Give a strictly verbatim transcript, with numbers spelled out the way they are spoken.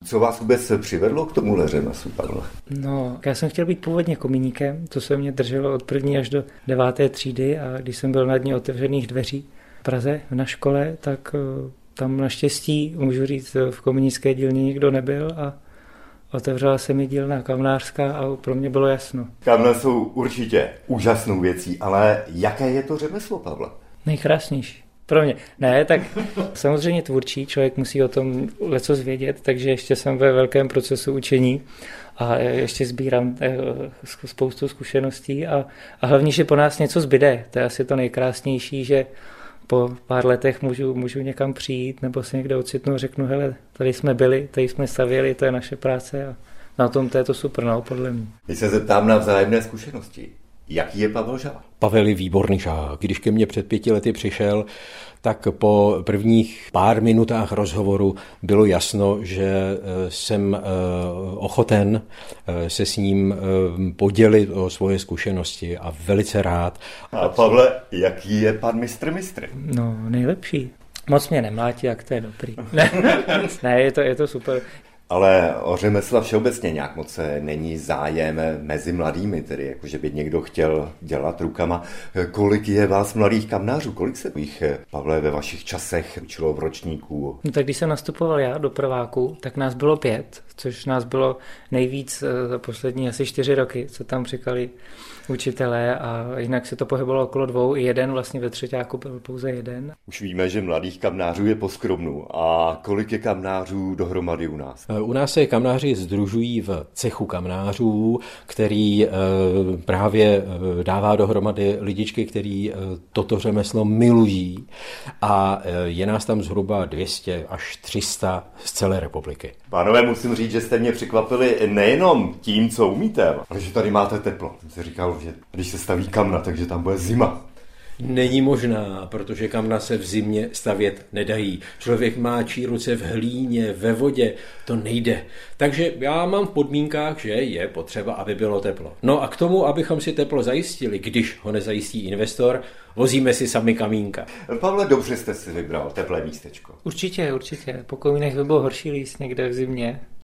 Co vás vůbec přivedlo k tomuhle řemeslu, Pavle? No, já jsem chtěl být původně komíníkem, to se mě drželo od první až do deváté třídy a když jsem byl na dně otevřených dveří v Praze na škole, tak tam naštěstí, můžu říct, v komínické dílně nikdo nebyl a otevřela se mi dílna kamnářská a pro mě bylo jasno. Kamna jsou určitě úžasnou věcí, ale jaké je to řemeslo, Pavle? Nejkrásnější. Pro mě. Ne, tak samozřejmě tvůrčí, člověk musí o tom lecos vědět, takže ještě jsem ve velkém procesu učení a ještě sbírám spoustu zkušeností a, a hlavně, že po nás něco zbyde. To je asi to nejkrásnější, že po pár letech můžu, můžu někam přijít nebo se někde ocitnu a řeknu, hele, tady jsme byli, tady jsme stavěli, to je naše práce a na tom to je to super, no, podle mě. Když se zeptám na vzájemné zkušenosti, jaký je Pavel žák? Pavel je výborný žák. Když ke mně před pěti lety přišel, tak po prvních pár minutách rozhovoru bylo jasno, že jsem ochoten se s ním podělit o svoje zkušenosti a velice rád. A Pavle, jaký je pan mistr mistr? No, nejlepší. Moc mě nemlátí, jak to je dobrý. Ne, ne je, to, je to super. Ale o řemesla všeobecně nějak moc není zájem mezi mladými, tedy jakože by někdo chtěl dělat rukama. Kolik je vás mladých kamnářů? Kolik se jich, Pavle, ve vašich časech učilo v ročníku? No tak když jsem nastupoval já do prváku, tak nás bylo pět, což nás bylo nejvíc za poslední asi čtyři roky, co tam říkali učitelé a jinak se to pohybovalo okolo dvou, i jeden vlastně ve třeťáku byl pouze jeden. Už víme, že mladých kamnářů je poskromnu. A kolik je kamnářů dohromady u nás? U nás se kamnáři sdružují v cechu kamnářů, který právě dává dohromady lidičky, který toto řemeslo milují a je nás tam zhruba dvě stě až tři sta z celé republiky. Pánové, musím říct, že jste mě překvapili nejenom tím, co umíte, ale že tady máte teplo. Jsem si říkal, že když se staví kamna, takže tam bude zima. Není možná, protože kamna se v zimě stavět nedají. Člověk máčí ruce v hlíně, ve vodě, to nejde. Takže já mám v podmínkách, že je potřeba, aby bylo teplo. No a k tomu, abychom si teplo zajistili, když ho nezajistí investor, vozíme si sami kamínka. Pavle, dobře jste si vybral teplé místečko. Určitě, určitě. Po komínech by bylo horší líst někde v zimě.